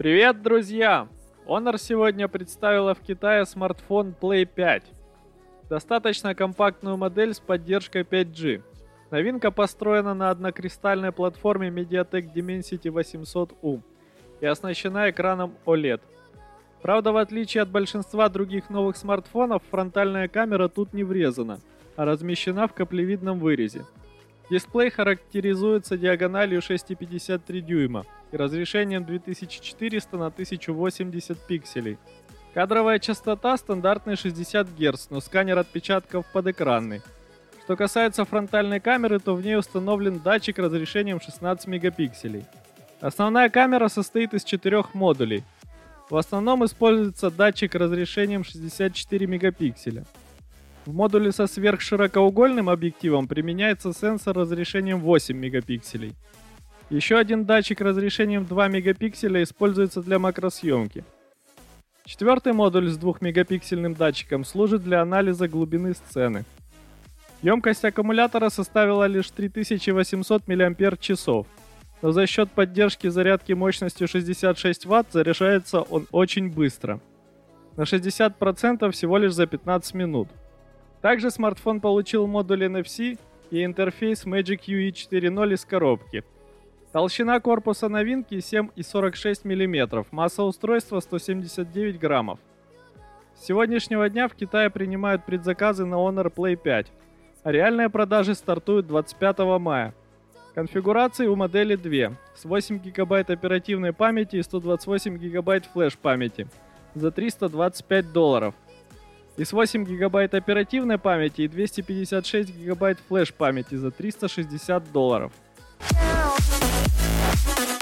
Привет, друзья! Honor сегодня представила в Китае смартфон Play 5. Достаточно компактную модель с поддержкой 5G. Новинка построена на однокристальной платформе MediaTek Dimensity 800U и оснащена экраном OLED. Правда, в отличие от большинства других новых смартфонов, фронтальная камера тут не врезана, а размещена в каплевидном вырезе. Дисплей характеризуется диагональю 6,53 дюйма и разрешением 2400 на 1080 пикселей. Кадровая частота стандартный 60 Гц, но сканер отпечатков подэкранный. Что касается фронтальной камеры, то в ней установлен датчик разрешением 16 мегапикселей. Основная камера состоит из 4 модулей. В основном используется датчик разрешением 64 мегапикселя. В модуле со сверхширокоугольным объективом применяется сенсор разрешением 8 мегапикселей. Еще один датчик разрешением 2 мегапикселя используется для макросъемки. Четвертый модуль с 2-мегапиксельным датчиком служит для анализа глубины сцены. Емкость аккумулятора составила лишь 3800 мАч, но за счет поддержки зарядки мощностью 66 Вт заряжается он очень быстро. На 60% всего лишь за 15 минут. Также смартфон получил модуль NFC и интерфейс Magic UI 4.0 из коробки. Толщина корпуса новинки 7,46 мм, масса устройства 179 граммов. С сегодняшнего дня в Китае принимают предзаказы на Honor Play 5, а реальные продажи стартуют 25 мая. Конфигурации у модели две, с 8 ГБ оперативной памяти и 128 ГБ флеш-памяти за $325. И с 8 ГБ оперативной памяти и 256 ГБ флеш-памяти за $360.